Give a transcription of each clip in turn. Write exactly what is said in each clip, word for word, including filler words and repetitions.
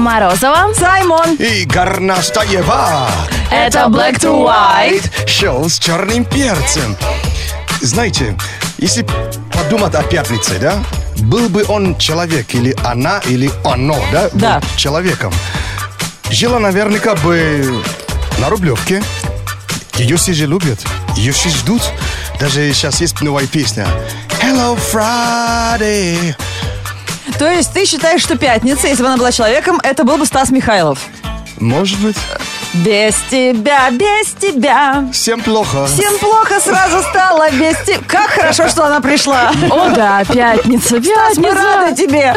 Морозова, Саймон и Горностаева. Это Black to White. Шоу с черным перцем. Знаете, если подумать о пятнице, да, был бы он человек, или она, или оно, да, Да. был человеком, жила наверняка бы на Рублевке. Ее все же любят, ее все ждут. Даже сейчас есть новая песня Hello Friday. То есть ты считаешь, что пятница, если бы она была человеком, это был бы Стас Михайлов? Может быть, Без тебя, без тебя. всем плохо. Всем плохо сразу стало без тебя. Как хорошо, что она пришла. О да, пятница, Мы рады пятница. тебе.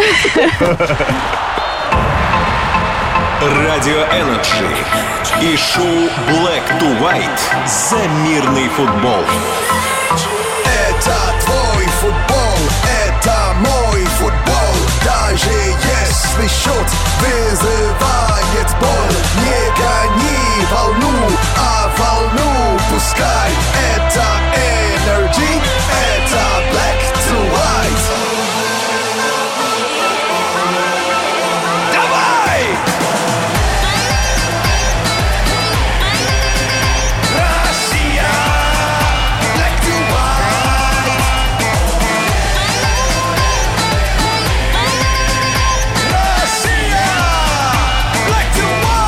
Радио Энерджи и шоу Black to White за мирный футбол. Это твой футбол, это мой футбол. Даже если счет вызывает боль, не гони волну, а волну пускай. Это Energy, это Black to White. Давай! Россия! Black to White. Россия! Black to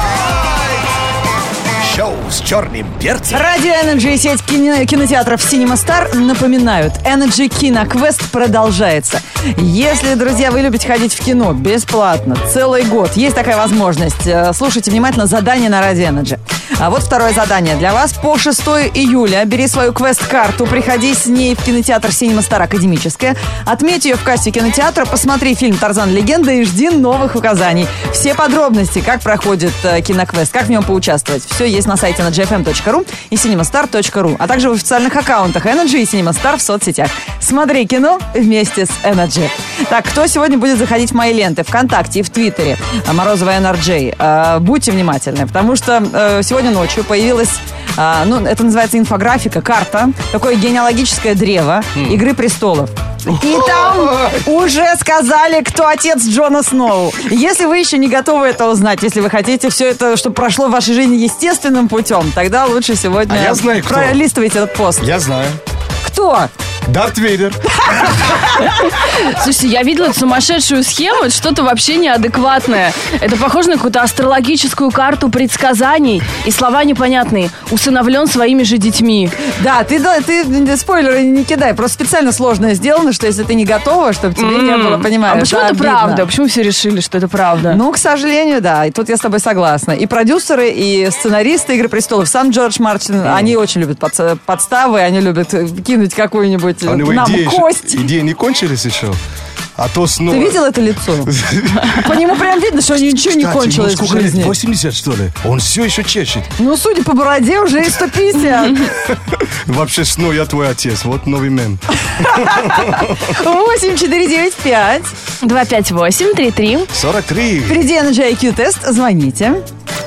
White. Шоу с черным перцем. Радио Energy и сеть кино- кинотеатров Cinema Star напоминают, Energy Киноквест продолжается. Если, друзья, вы любите ходить в кино бесплатно целый год, есть такая возможность. Э, Слушайте внимательно задание на Радио Energy. А вот второе задание для вас. По шестого июля бери свою квест-карту, приходи с ней в кинотеатр Cinema Star Академическая, отметь ее в кассе кинотеатра, посмотри фильм «Тарзан. Легенда» и жди новых указаний. Все подробности, как проходит э, киноквест, как в нем поучаствовать, все есть на сайте энерджи эф эм точка ру и синемастар точка ру, а также в официальных аккаунтах Energy и Cinema Star в соцсетях. Смотри кино вместе с Energy. Так, кто сегодня будет заходить в мои ленты? ВКонтакте и в Твиттере. А, Морозова эн ар джей. А, будьте внимательны, потому что э, сегодня ночью появилась, а, ну, это называется инфографика, карта, такое генеалогическое древо «Игры престолов». И там уже сказали, кто отец Джона Сноу. Если вы еще не готовы это узнать, если вы хотите все это, чтобы прошло в вашей жизни естественным путем, тогда лучше сегодня А я знаю, кто. пролистывайте этот пост. Я знаю. Кто? Дарт Вейдер. Слушайте, я видела эту сумасшедшую схему, это что-то вообще неадекватное. Это похоже на какую-то астрологическую карту предсказаний, и слова непонятные. Усыновлен своими же детьми. Да, ты, да, ты спойлеры не кидай, просто специально сложное сделано, что если ты не готова, чтобы тебе не было, понимаешь? А почему это обидно. правда? Почему все решили, что это правда? Ну, к сожалению, да. И тут я с тобой согласна. И продюсеры, и сценаристы «Игры престолов», сам Джордж Мартин, они очень любят подс- подставы, они любят кинуть какую-нибудь А у него нам идеи, кость. идеи не кончились еще? А то снова... Ты видел это лицо? По нему прям видно, что ничего не Кстати, кончилось ему в сколько лет? жизни. восемьдесят, что ли? Он все еще чешет. Ну, судя по бороде, уже и сто пятьдесят. Вообще, Сноу, я твой отец. Вот новый мем. восемь четыре девять пять. два пять восемь три три. сорок три. Впереди Energy ай кью тест. Звоните.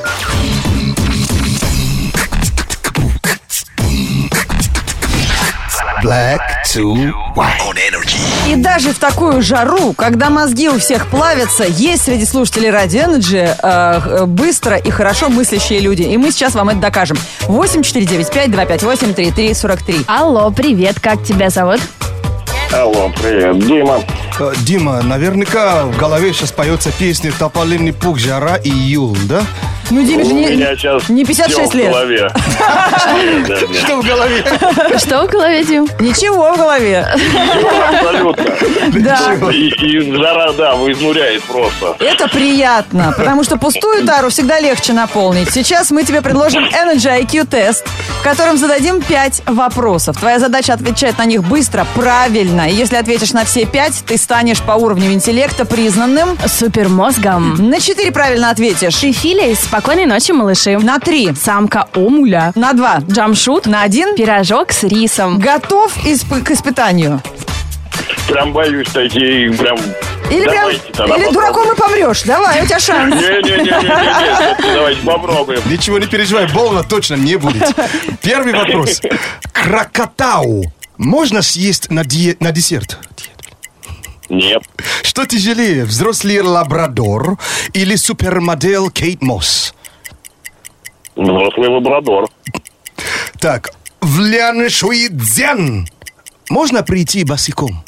Black to White. On Energy. И даже в такую жару, когда мозги у всех плавятся, есть среди слушателей Радио Energy э, быстро и хорошо мыслящие люди. И мы сейчас вам это докажем. восемь четыре девять пять два пять восемь три три сорок три. Алло, привет, как тебя зовут? Алло, привет, Дима. Э, Дима, наверняка в голове сейчас поется песня «Тополиный пух, жара, июль», да? Ну, Диме же У не, меня сейчас не пятьдесят шесть всё в лет. голове. Нет, нет, нет. Что в голове? Что в голове, Дим? Ничего в голове. Абсолютно. Да. И, и жара, да, изнуряет просто. Это приятно, потому что пустую тару всегда легче наполнить. Сейчас мы тебе предложим Energy ай кью тест, в котором зададим пять вопросов. Твоя задача отвечать на них быстро, правильно. И если ответишь на все пять, ты станешь по уровню интеллекта признанным. Супермозгом. На четыре правильно ответишь. Трифилия из «Спокойной ночи, малыши». На три. Самка омуля. На два. Джамшут. На один. Пирожок с рисом. Готов исп- к испытанию? Прям боюсь такие, прям... Или, прям, Давайте тогда или попробуем. дураком и помрешь. Давай, у тебя шанс. Не-не-не, давайте попробуем. Ничего не переживай, больно точно не будет. Первый вопрос. Крокотау можно съесть на, диет, на десерт? Нет. Что тяжелее, взрослый лабрадор или супермодель Кейт Мосс? Взрослый лабрадор. Так, в Ляншуйцзян можно прийти босиком?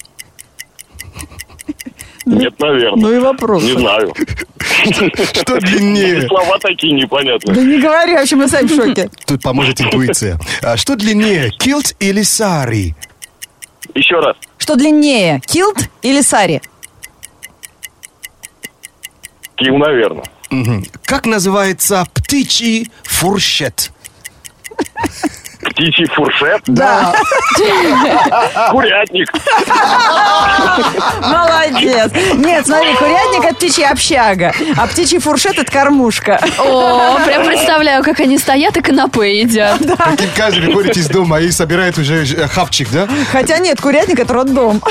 Нет, наверное. Ну и вопрос. Не знаю. Что длиннее? Слова такие Да непонятные. не говори, вообще мы сами в шоке. Тут поможет интуиция. А что длиннее, килт или сари? Еще раз. Что длиннее, килт или сари? Кил, наверное. Мгм. Как называется птичий фуршет? Птичий фуршет. Да. Курятник. Молодец. Нет, смотри, курятник — это птичья общага, а птичий фуршет — это кормушка. О, прям представляю, как они стоят и канапе едят. Каким каждый выходит из дома и собирает уже э, хавчик, да? Хотя нет, курятник — это роддом.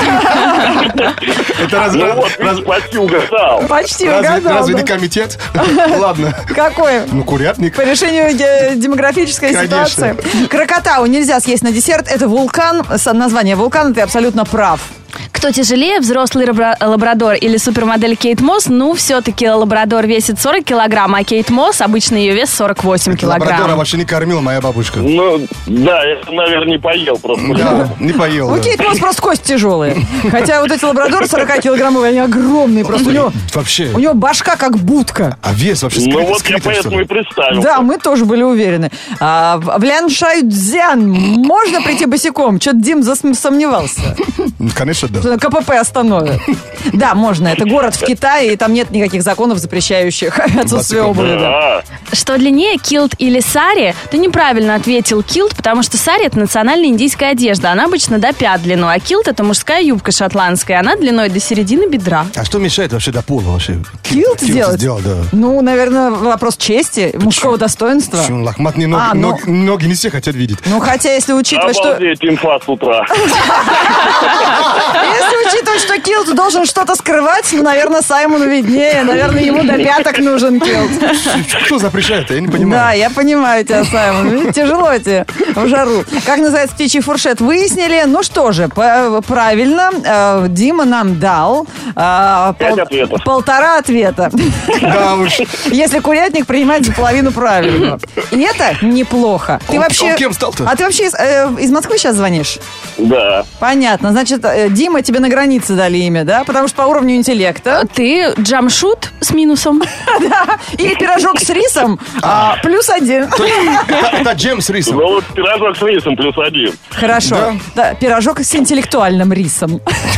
Это раз, Ну раз- вот, раз- видишь, почти угадал. Почти разве, угадал. разве да. не комитет? Ладно. Какой? Ну, курятник. По решению де- демографической Конечно. ситуации. Крокотау нельзя съесть на десерт. Это вулкан. С- Название вулкана, ты абсолютно прав. Кто тяжелее, взрослый лабра- лабрадор или супермодель Кейт Мосс? Ну, все-таки лабрадор весит сорок килограмм, а Кейт Мосс, обычно ее вес сорок восемь Лабрадора килограмм. вообще не кормила моя бабушка. Ну, да, я, наверное, не поел просто. Да, не поел. У да. Кейт Мосс просто кости тяжелые. Хотя вот эти лабрадоры сорок-килограммовые, они огромные. Просто у него, Вообще. у него башка как будка. А вес вообще Ну скрытый, вот я скрытый, что поэтому и ли? представил. Да, мы тоже были уверены. А, в в Ляншуйцзян можно прийти босиком? Что-то Дим засм- сомневался. Ну, конечно, да. Что КПП остановит. Да, можно. Это город в Китае, и там нет никаких законов, запрещающих отсутствие Босиком, обуви. да. Да. Что длиннее, килт или сари? Ты неправильно ответил килт, потому что сари — это национальная индийская одежда. Она обычно до пят длину, а килт — это мужская юбка шотландская. Она длиной до середины бедра. А что мешает вообще до пола вообще? Килт сделать? сделал, да. Ну, наверное, вопрос чести, мужского достоинства. Почему? Лохматные ноги, А, ну- ноги, ноги не все хотят видеть. Ну, хотя, если учитывать, что... Обалдеть, инфа с утра. Если учитывать, что килт должен что-то скрывать, ну, наверное, Саймону виднее. Наверное, ему до пяток нужен килт. Что запрещает? Я не Да, понимаю. я понимаю тебя, Саймон. Видите, тяжело тебе в жару. Как называется птичий фуршет, выяснили. Ну что же, по- правильно. э, Дима нам дал э, Пять ответов. полтора ответа. Да уж. Если курятник принимать за половину правильно. И это неплохо. Ты Он- вообще... он кем стал-то? А ты вообще из, э, из Москвы сейчас звонишь? Да. Понятно. Значит, э, Дима, тебе на границе дали имя, да? Потому что по уровню интеллекта. Ты джамшут с минусом. Да. Или пирожок с рисом а, плюс один. То есть Это, это джем с рисом. Ну вот пирожок с рисом плюс один. Хорошо. Да? Да, пирожок с интеллектуальным рисом.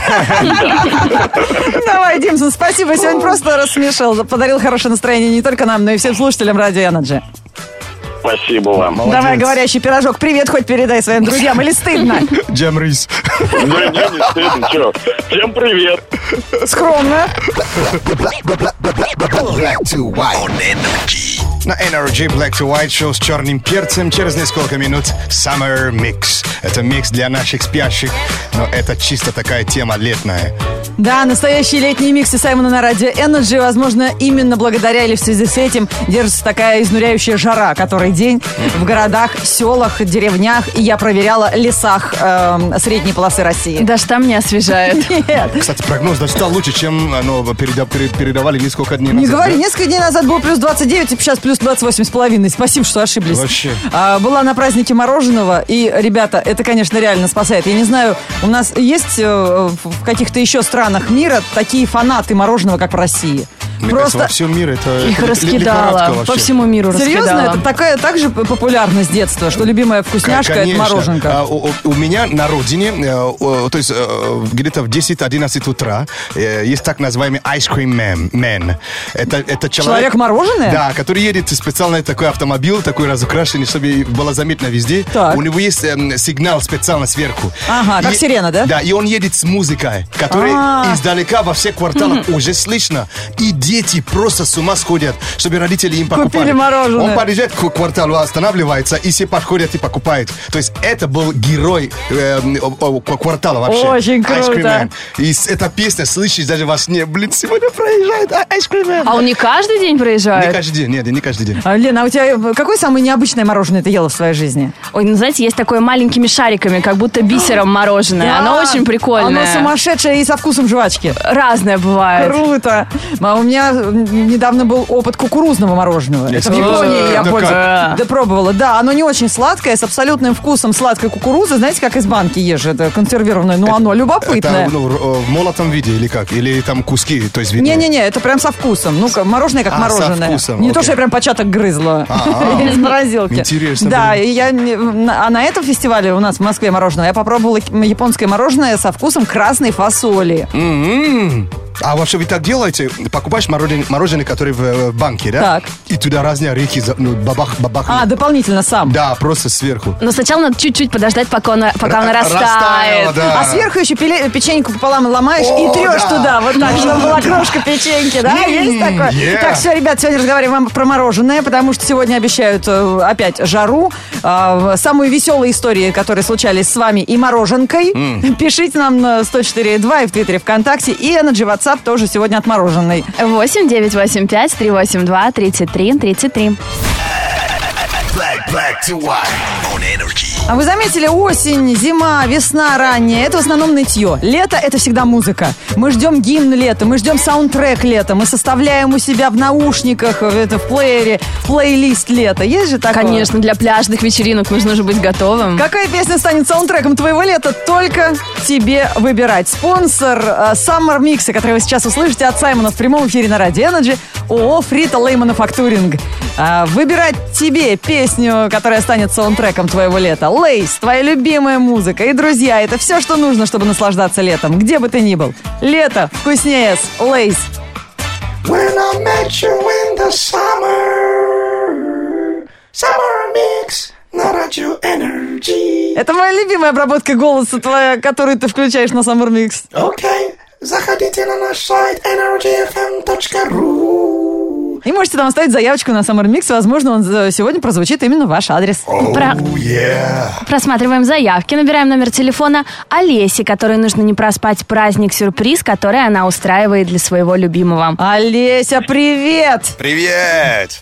Давай, Димсон, спасибо. Сегодня просто рассмешил. Подарил хорошее настроение не только нам, но и всем слушателям Радио Energy. Спасибо вам. Молодец. Давай, говорящий пирожок, привет хоть передай своим друзьям. Или стыдно? Джем рис. Да не, не стыдно, чё. Всем привет. Скромно. Black to white. На Energy Black to White Show с черным перцем. Через несколько минут Summer Mix. Это микс для наших спящих, но это чисто такая тема летная. Да, настоящие летние миксы Саймона на Радио Energy. Возможно, именно благодаря или в связи с этим держится такая изнуряющая жара, который день в городах, селах, деревнях. И я проверяла лесах эм, средней полосы России. Даже там не освежает. Нет. Кстати, прогноз даже стал лучше, чем ну, переда- пере- передавали несколько дней назад. Не говори, да? несколько дней назад было плюс двадцать девять, и сейчас плюс двадцать восемь с половиной. Спасибо, что ошиблись. Вообще. А, была на празднике мороженого, и, ребята, это, конечно, реально спасает. Я не знаю, у нас есть э, в каких-то еще странах мира такие фанаты мороженого, как в России? Мне кажется, во всем мире это Их это ли- раскидала. лихорадка По вообще. всему миру Серьезно? раскидала. Это такая также популярна с детства, что любимая вкусняшка — это Конечно. мороженка. А, у, у- у меня на родине, э, о, то есть э, где-то в десять-одиннадцать утра э, есть так называемый Ice Cream Man. man. Это, это человек... Человек-мороженое? Да, который едет специально такой автомобиль, такой разукрашенный, чтобы было заметно везде. Так. У него есть эм, сигнал специально сверху. Ага, как сирена, да? Да, и он едет с музыкой, которая А. издалека во всех кварталах уже слышно. И дети просто с ума сходят, чтобы родители им покупали. Купили мороженое. Он подъезжает к кварталу, останавливается, и все подходят и покупают. То есть это был герой э, квартала вообще. Очень круто. Ice Cream Man. И эта песня слышишь даже во сне. Блин, сегодня проезжает Ice Cream Man. А он не каждый день Не проезжает? каждый день, нет, не каждый день. А, Лена, а у тебя какое самое необычное мороженое ты ела в своей жизни? Ой, ну знаете, есть такое маленькими шариками, как будто бисером мороженое. Оно очень прикольное. Оно сумасшедшее и со вкусом жвачки. Разное бывает. Круто. А у меня недавно был опыт кукурузного мороженого. Это в Японии я Да пользу- как? да, пробовала. Да, оно не очень сладкое, с абсолютным вкусом сладкой кукурузы. Знаете, как из банки ешь, это консервированное. Ну, оно любопытное. Это ну, в молотом виде или как? Или там куски, то есть видно? Не-не-не, это прям со вкусом. Ну, мороженое как А, со мороженое. вкусом, Не то, окей. что я прям початок грызла А-а. из морозилки. Интересно, Да, блин. и я не- на- а на этом фестивале у нас в Москве мороженое я попробовала японское мороженое со вкусом красной фасоли. М-м. А вообще вы так делаете? Покупаешь мороженое, мороженое которое в, э, в банке, да? Так. И туда разные орехи, за- ну, бабах, бабах. А, дополнительно сам. Да, просто сверху. Но сначала надо чуть-чуть подождать, пока он, пока он Ра- растает. растаяло, да. А сверху еще пеле- печеньку пополам ломаешь О, и трешь да. туда, вот так, чтобы была крошка печеньки, да? М, Есть такое? yeah. Так, все, ребят, сегодня разговариваем про мороженое, потому что сегодня обещают э, опять жару. Э, самые веселые истории, которые случались с вами и мороженкой, пишите нам на сто четыре и два и в Твиттере, ВКонтакте, и Energy WhatsApp тоже сегодня отмороженный. восемь девятьсот восемьдесят пять триста восемьдесят два тридцать три тридцать три. Black, black to white on Energy. А вы заметили, осень, зима, весна ранняя, это в основном нытье. Лето — это всегда музыка. Мы ждем гимн лета, мы ждем саундтрек лета, мы составляем у себя в наушниках, в, это, в плеере, плейлист лета. Есть же такое? Конечно, для пляжных вечеринок нужно же быть готовым. Какая песня станет саундтреком твоего лета, только тебе выбирать. Спонсор э, Summer Mix, который вы сейчас услышите от Саймона в прямом эфире на Радио Energy, ООО «Фрита Лей Мануфактуринг». А, выбирать тебе песню, которая станет саундтреком твоего лета. Лейс, твоя любимая музыка. И, друзья, это все, что нужно, чтобы наслаждаться летом, где бы ты ни был. Лето вкуснее с Лейс. When I met you in the summer, summer mix на Радио Energy. Это моя любимая обработка голоса твоя, которую ты включаешь на Summer Mix. Окей, заходите на наш сайт энерджи эф эм точка ру. И можете там оставить заявочку на Summer Mix. Возможно, он э, сегодня прозвучит именно в ваш адрес. Про- Oh, yeah. Просматриваем заявки, набираем номер телефона Олеси, которой нужно не проспать праздник-сюрприз, который она устраивает для своего любимого. Олеся, привет! Привет!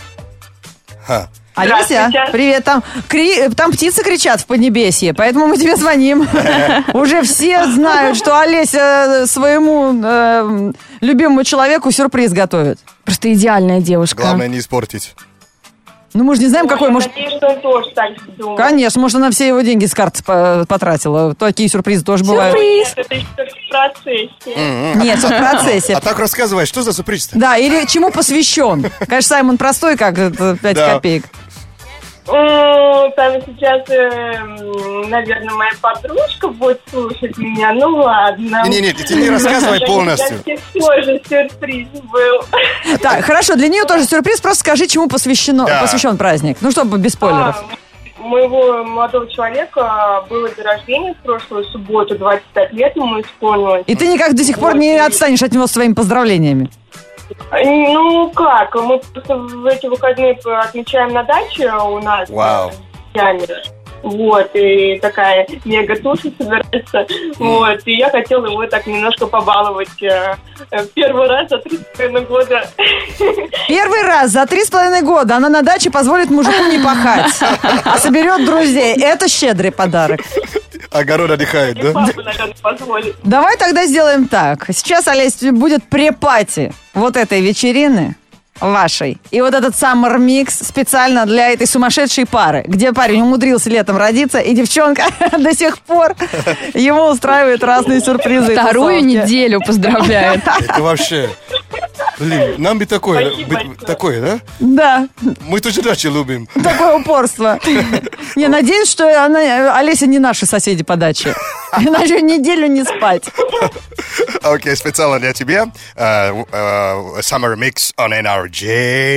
Олеся, Здравствуйте. привет. Там, кри- там птицы кричат в Поднебесье, поэтому мы тебе звоним. Уже все знают, что Олеся своему э, любимому человеку сюрприз готовит. Просто идеальная девушка. Главное не испортить. Ну, мы же не знаем, какой. Ой, Может, надеюсь, что он тоже так же думает. конечно, может, она все его деньги с карты по- потратила. Такие сюрпризы тоже бывают. Сюрприз. Это еще в процессе. Нет, всё в процессе. А так рассказывай, что за сюрприз-то? Да, или чему посвящен. Конечно, Саймон простой, как это, пять Да. копеек. М, Там сейчас, эм, наверное, моя подружка будет слушать меня. Ну ладно. Не-не-не, ты не рассказывай полностью. Для всех тоже сюрприз был. Так, хорошо, для нее тоже сюрприз. Просто скажи, чему посвящено, Да. посвящен праздник. Ну, чтобы без спойлеров. А, моего молодого человека было день рождения в прошлую субботу, двадцать пять лет ему исполнилось. И ты никак до сих пор не отстанешь от него с своими поздравлениями. Ну как, мы просто в эти выходные отмечаем на даче у нас. Вау. с друзьями. Вот, и такая мега туша собирается. Вот, и я хотела его так немножко побаловать э, э, первый раз за три с половиной года. Первый раз за три с половиной года она на даче позволит мужику не пахать, а соберет друзей. Это щедрый подарок. Огород отдыхает, И да? папа, наверное, позволит. Давай тогда сделаем так. Сейчас, Олесь, будет препати вот этой вечерины вашей. И вот этот Summer Mix специально для этой сумасшедшей пары, где парень умудрился летом родиться, и девчонка до сих пор ему устраивает разные сюрпризы. и Вторую тусовки. неделю поздравляет. Это вообще... Блин, нам бы такое, Спасибо быть- большое. такое, да? Да, Мы тоже дачи любим. такое упорство. Не, надеюсь, что она, Олеся не наши соседи по даче. Иначе неделю не спать. Окей, специально для тебя. э, э, Summer Mix on эн ар джи.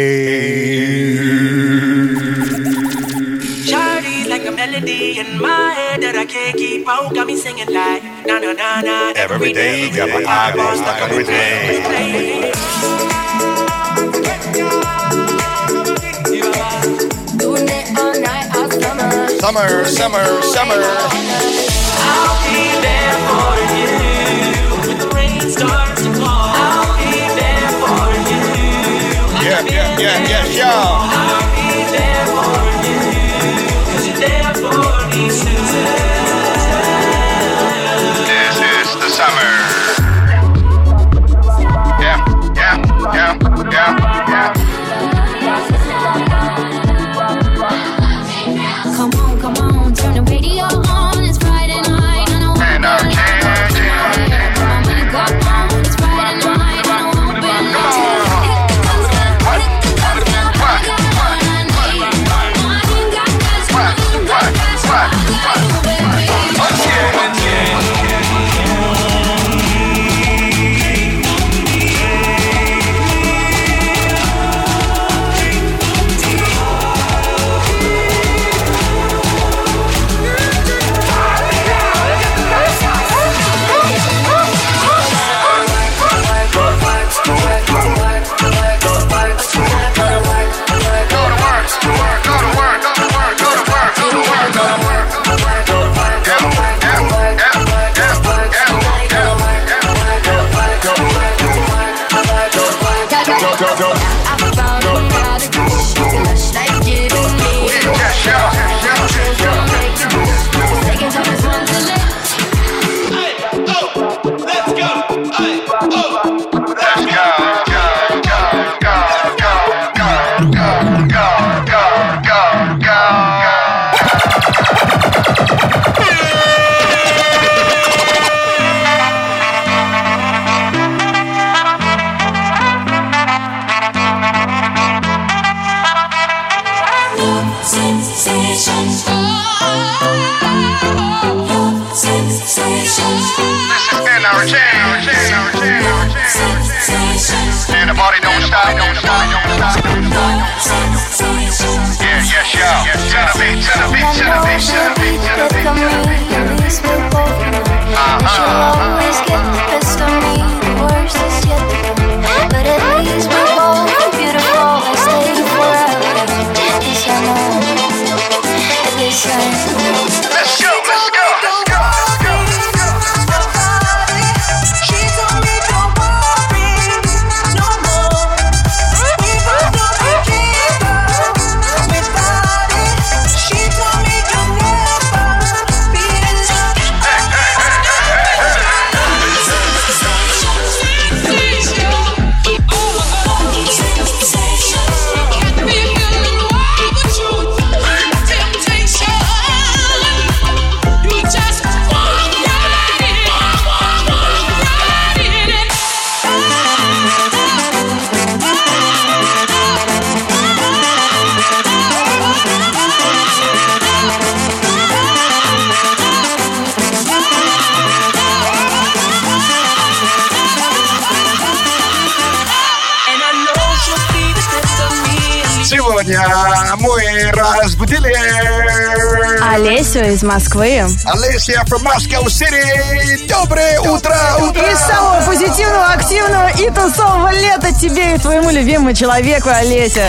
Shawty's like a melody in my head that I can't keep out. Got me singing like na na na na Every day, got my eyeballs stuck on replay. replay. Summer, summer, summer. I'll be there for you when the rain starts to fall. I'll be there for you. Yeah, yeah, yeah, yeah, yeah. I'll be there for you, 'cause you're there for me too. This is the summer. Yeah, yeah, yeah, yeah, yeah. Come on, come on, turn the radio on. It's Friday night, and I want And our jam, jam, jam. my makeup on. It's Friday night, and I won't be late. And the party don't stop, don't stop, don't stop, don't stop. Yeah, yes, y'all. To the beat, to the beat, to the beat, to the beat, to the beat, to the beat. At least we'll both know that you'll always get the best of me. The worst is yet to come, but at least we're both beautiful and stay forever. This I know, this I know. Let's go, let's go, let's go. Сегодня мы разбудили Олесю из Москвы. Олеся from Moscow City. Доброе утро, утро. Из самого позитивного, активного и тусового лета тебе и твоему любимому человеку, Олеся.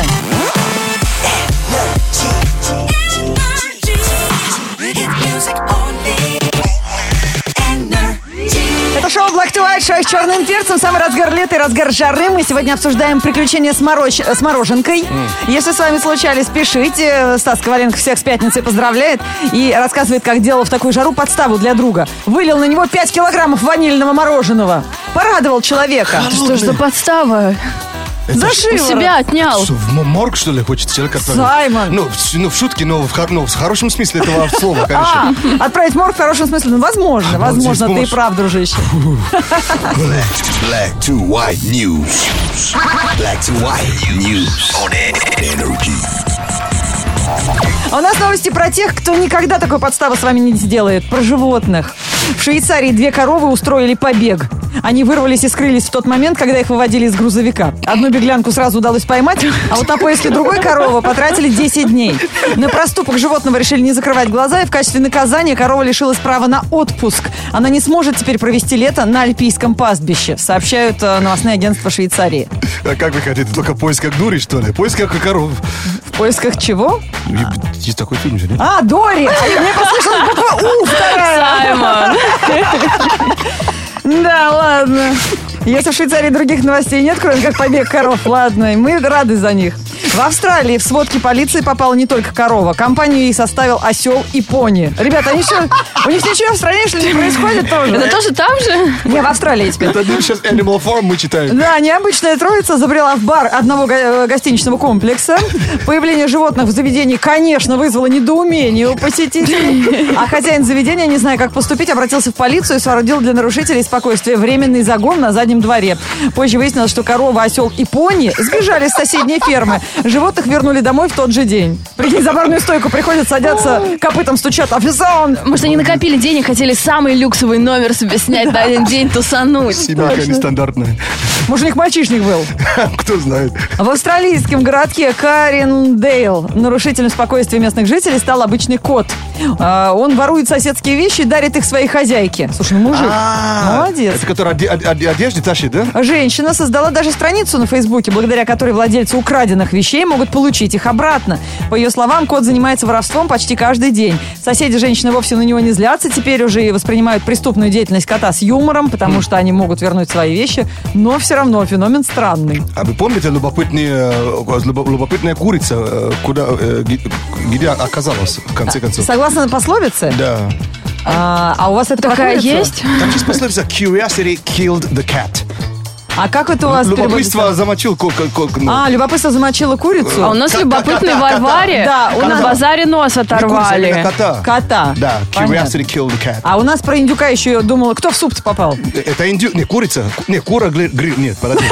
Это шоу Black to White, шоу с черным перцем. Самый разгар лета и разгар жары. Мы сегодня обсуждаем приключения с, мороч... с мороженкой. Mm. Если с вами случались, пишите. Стас Коваленко всех с пятницей поздравляет и рассказывает, как делал в такую жару подставу для друга. Вылил на него пять килограммов ванильного мороженого. Порадовал человека. Это что ж за подстава? Это За ж- у себя отнял. Что, в м- морг, что ли, хочет человек отправить? Саймон. Ну, в, ну, в шутке, но в, хор- ну, в хорошем смысле этого слова, конечно. А, отправить морг в хорошем смысле? Ну, возможно, возможно, ты и поможешь. прав, дружище. Black, black to white news. Black to white news on Energy. А у нас новости про тех, кто никогда такой подставы с вами не сделает. Про животных. В Швейцарии две коровы устроили побег. Они вырвались и скрылись в тот момент, когда их выводили из грузовика. Одну беглянку сразу удалось поймать, а вот на поиски другой коровы потратили десять дней. На проступок животного решили не закрывать глаза, и в качестве наказания корова лишилась права на отпуск. Она не сможет теперь провести лето на альпийском пастбище, сообщают э, новостные агентства Швейцарии. А как вы хотите, только поиск как дури, что ли? Поиск как коров. В поисках чего? Есть такой фильм же, нет? А, Дори! А я- мне послышалось буква У вторая. Саймон. Да, ладно. Если в Швейцарии других новостей нет, кроме как побег коров, ладно, и мы рады за них. В Австралии в сводки полиции попала не только корова. Компанию ей составил осел и пони. Ребята, они что, у них ничего в стране, что ли, не происходит тоже? Это тоже там же? Не, в Австралии теперь. Это сейчас Animal Farm мы читаем. Да, необычная троица забрела в бар одного го- гостиничного комплекса. Появление животных в заведении, конечно, вызвало недоумение у посетителей. А хозяин заведения, не зная, как поступить, обратился в полицию и соорудил для нарушителей спокойствия временный загон на заднем дворе. Позже выяснилось, что корова, осел и пони сбежали с соседней фермы. Животных вернули домой в тот же день. Прикинь, за барную стойку приходят, садятся, копытом стучат. Официант! Может, они накопили денег, хотели самый люксовый номер себе снять на один день, тусануть. Семейка нестандартная. Может, у них мальчишник был? Кто знает. В австралийском городке Кариндейл нарушителем спокойствия местных жителей стал обычный кот. А, Он ворует соседские вещи и дарит их своей хозяйке. Слушай, ну мужик, молодец. Это который оде- оде- одежды тащит, да? Женщина создала даже страницу на Фейсбуке, благодаря которой владельцы украденных вещей могут получить их обратно. По ее словам, кот занимается воровством почти каждый день. Соседи женщины вовсе на него не злятся, теперь уже и воспринимают преступную деятельность кота с юмором, потому что они могут вернуть свои вещи, но все равно феномен странный. А вы помните любопытные, э, любо- любопытная курица, э, куда, э, ги- где оказалась, в конце концов? Согласно пословице? Да. А, а у вас это Такая курица? есть? Там есть пословица «Curiosity killed the cat». А как это у вас Любопытство переводится? замочил ко- ко- ко- ну, А, любопытство замочило курицу? А у нас Кота, любопытный кота, Варваре Да, у на нас- базаре нос не курица, а оторвали. именно кота. Кота. Да, Понятно. curiosity killed the cat. А у нас про индюка еще думала, кто в суп-то попал? Это индю... Не, курица. Ку- Не, кура гри... гри- Нет, подожди.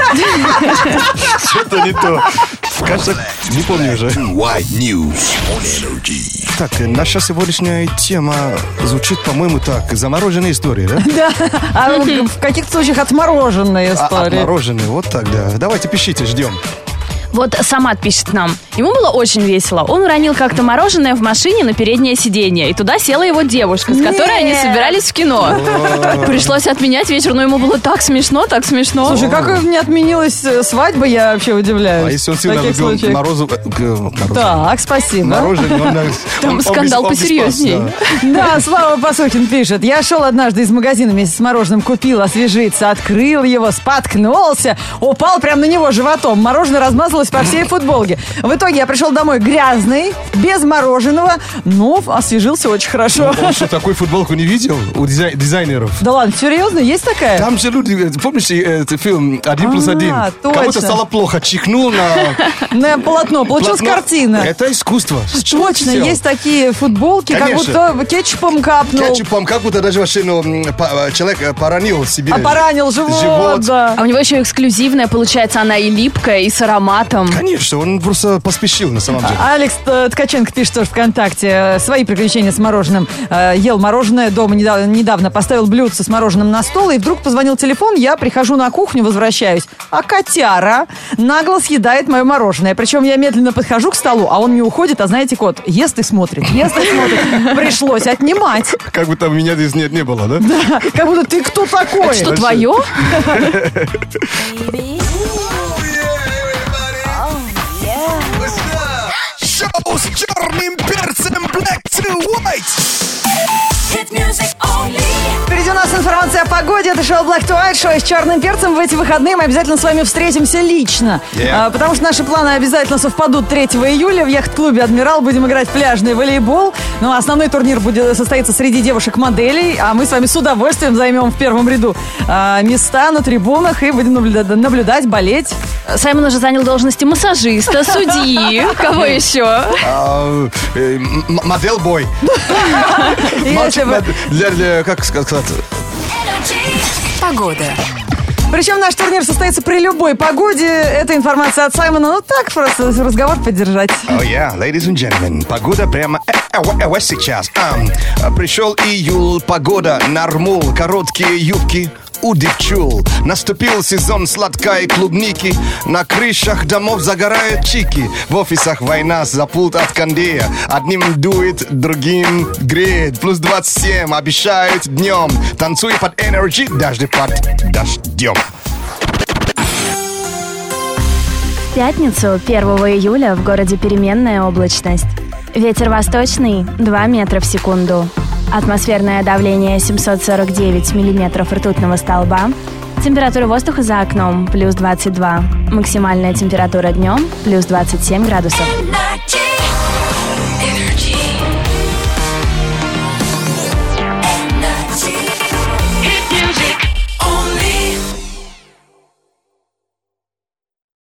Что-то не то. Кажется, не помню уже. White News on Energy. Так, э, наша сегодняшняя тема звучит, по-моему, так. Замороженные истории, да? Да, а в в каких-то случаях отмороженная А, история. Отмороженные, вот так, да. Давайте пишите, ждем. Вот Самат пишет нам. Ему было очень весело. Он уронил как-то мороженое в машине на переднее сиденье. И туда села его девушка, с которой они Нет. собирались в кино. Пришлось отменять вечер, но ему было так смешно, так смешно. Слушай, как не отменилась э, свадьба, я вообще удивляюсь. А если он В сильно таких любил случаях. морозу... э, к- морозу- Так, спасибо. Мороженое, он, э, Там он- он скандал без- он без посерьезней. спас, да. Да, Слава Пасухин пишет. Я шел однажды из магазина вместе с мороженым, купил освежиться, открыл его, споткнулся, упал прямо на него животом. Мороженое размазалось по всей футболке. В итоге я пришел домой грязный, без мороженого, но освежился очень хорошо. Он что, такую футболку не видел у дизай- дизайнеров? Да ладно, серьезно, есть такая? Там же люди, э, помнишь э, этот фильм «Один плюс А, один»? точно. Кому-то стало плохо, чихнул на На полотно, получилась полотно. картина. Это искусство. С чего ты Точно, взял? есть такие футболки, Конечно. как будто кетчупом капнул, Кетчупом, как будто даже вообще, ну, м, па- человек э, поранил себе. а поранил живот, Живот. да. А у него еще эксклюзивная, получается, она и липкая, и с ароматом. Конечно, он просто поспешил на самом деле. Алекс э, Ткаченко пишет тоже ВКонтакте э, свои приключения с мороженым. Э, Ел мороженое дома недавно, недавно, поставил блюдце с мороженым на стол, и вдруг позвонил телефон, я прихожу на кухню, возвращаюсь, а котяра нагло съедает мое мороженое. Причем я медленно подхожу к столу, а он не уходит, а знаете, кот, ест и смотрит, ест и смотрит. Пришлось отнимать. Как будто меня здесь нет, не было, да? Как будто ты кто такой? Что, твое? Шоу с черным перцем Black to White. Впереди у нас информация о погоде. Это шоу Black to White, шоу с черным перцем. В эти выходные мы обязательно с вами встретимся лично. Yeah. А, потому что наши планы обязательно совпадут третьего июля. В яхт-клубе «Адмирал» будем играть в пляжный волейбол. Ну, а основной турнир будет состоится среди девушек-моделей. А мы с вами с удовольствием займем в первом ряду а, места на трибунах и будем наблюдать, наблюдать, болеть. Саймон уже занял должности массажиста, судьи. Кого еще? А, э, м- м- Модель-бой. Если Мальчик бы- мод- для, для, как сказать, Погода. Причем наш турнир состоится при любой погоде. Это информация от Саймона. Ну так, просто разговор поддержать. Oh yeah, ladies and gentlemen, погода прямо э, э, э, э, сейчас. Ам, пришел июль, погода нормул, короткие юбки у девчул. Наступил сезон сладкой клубники. На крышах домов загорают чики. В офисах война за пульт от кондея. Одним дует, другим греет. Плюс двадцать семь обещают днем. Танцуй под Energy, даже под дождем. В пятницу, первого июля, в городе переменная облачность. Ветер восточный два метра в секунду. Атмосферное давление семьсот сорок девять миллиметров ртутного столба. Температура воздуха за окном плюс двадцать два. Максимальная температура днем плюс двадцать семь градусов.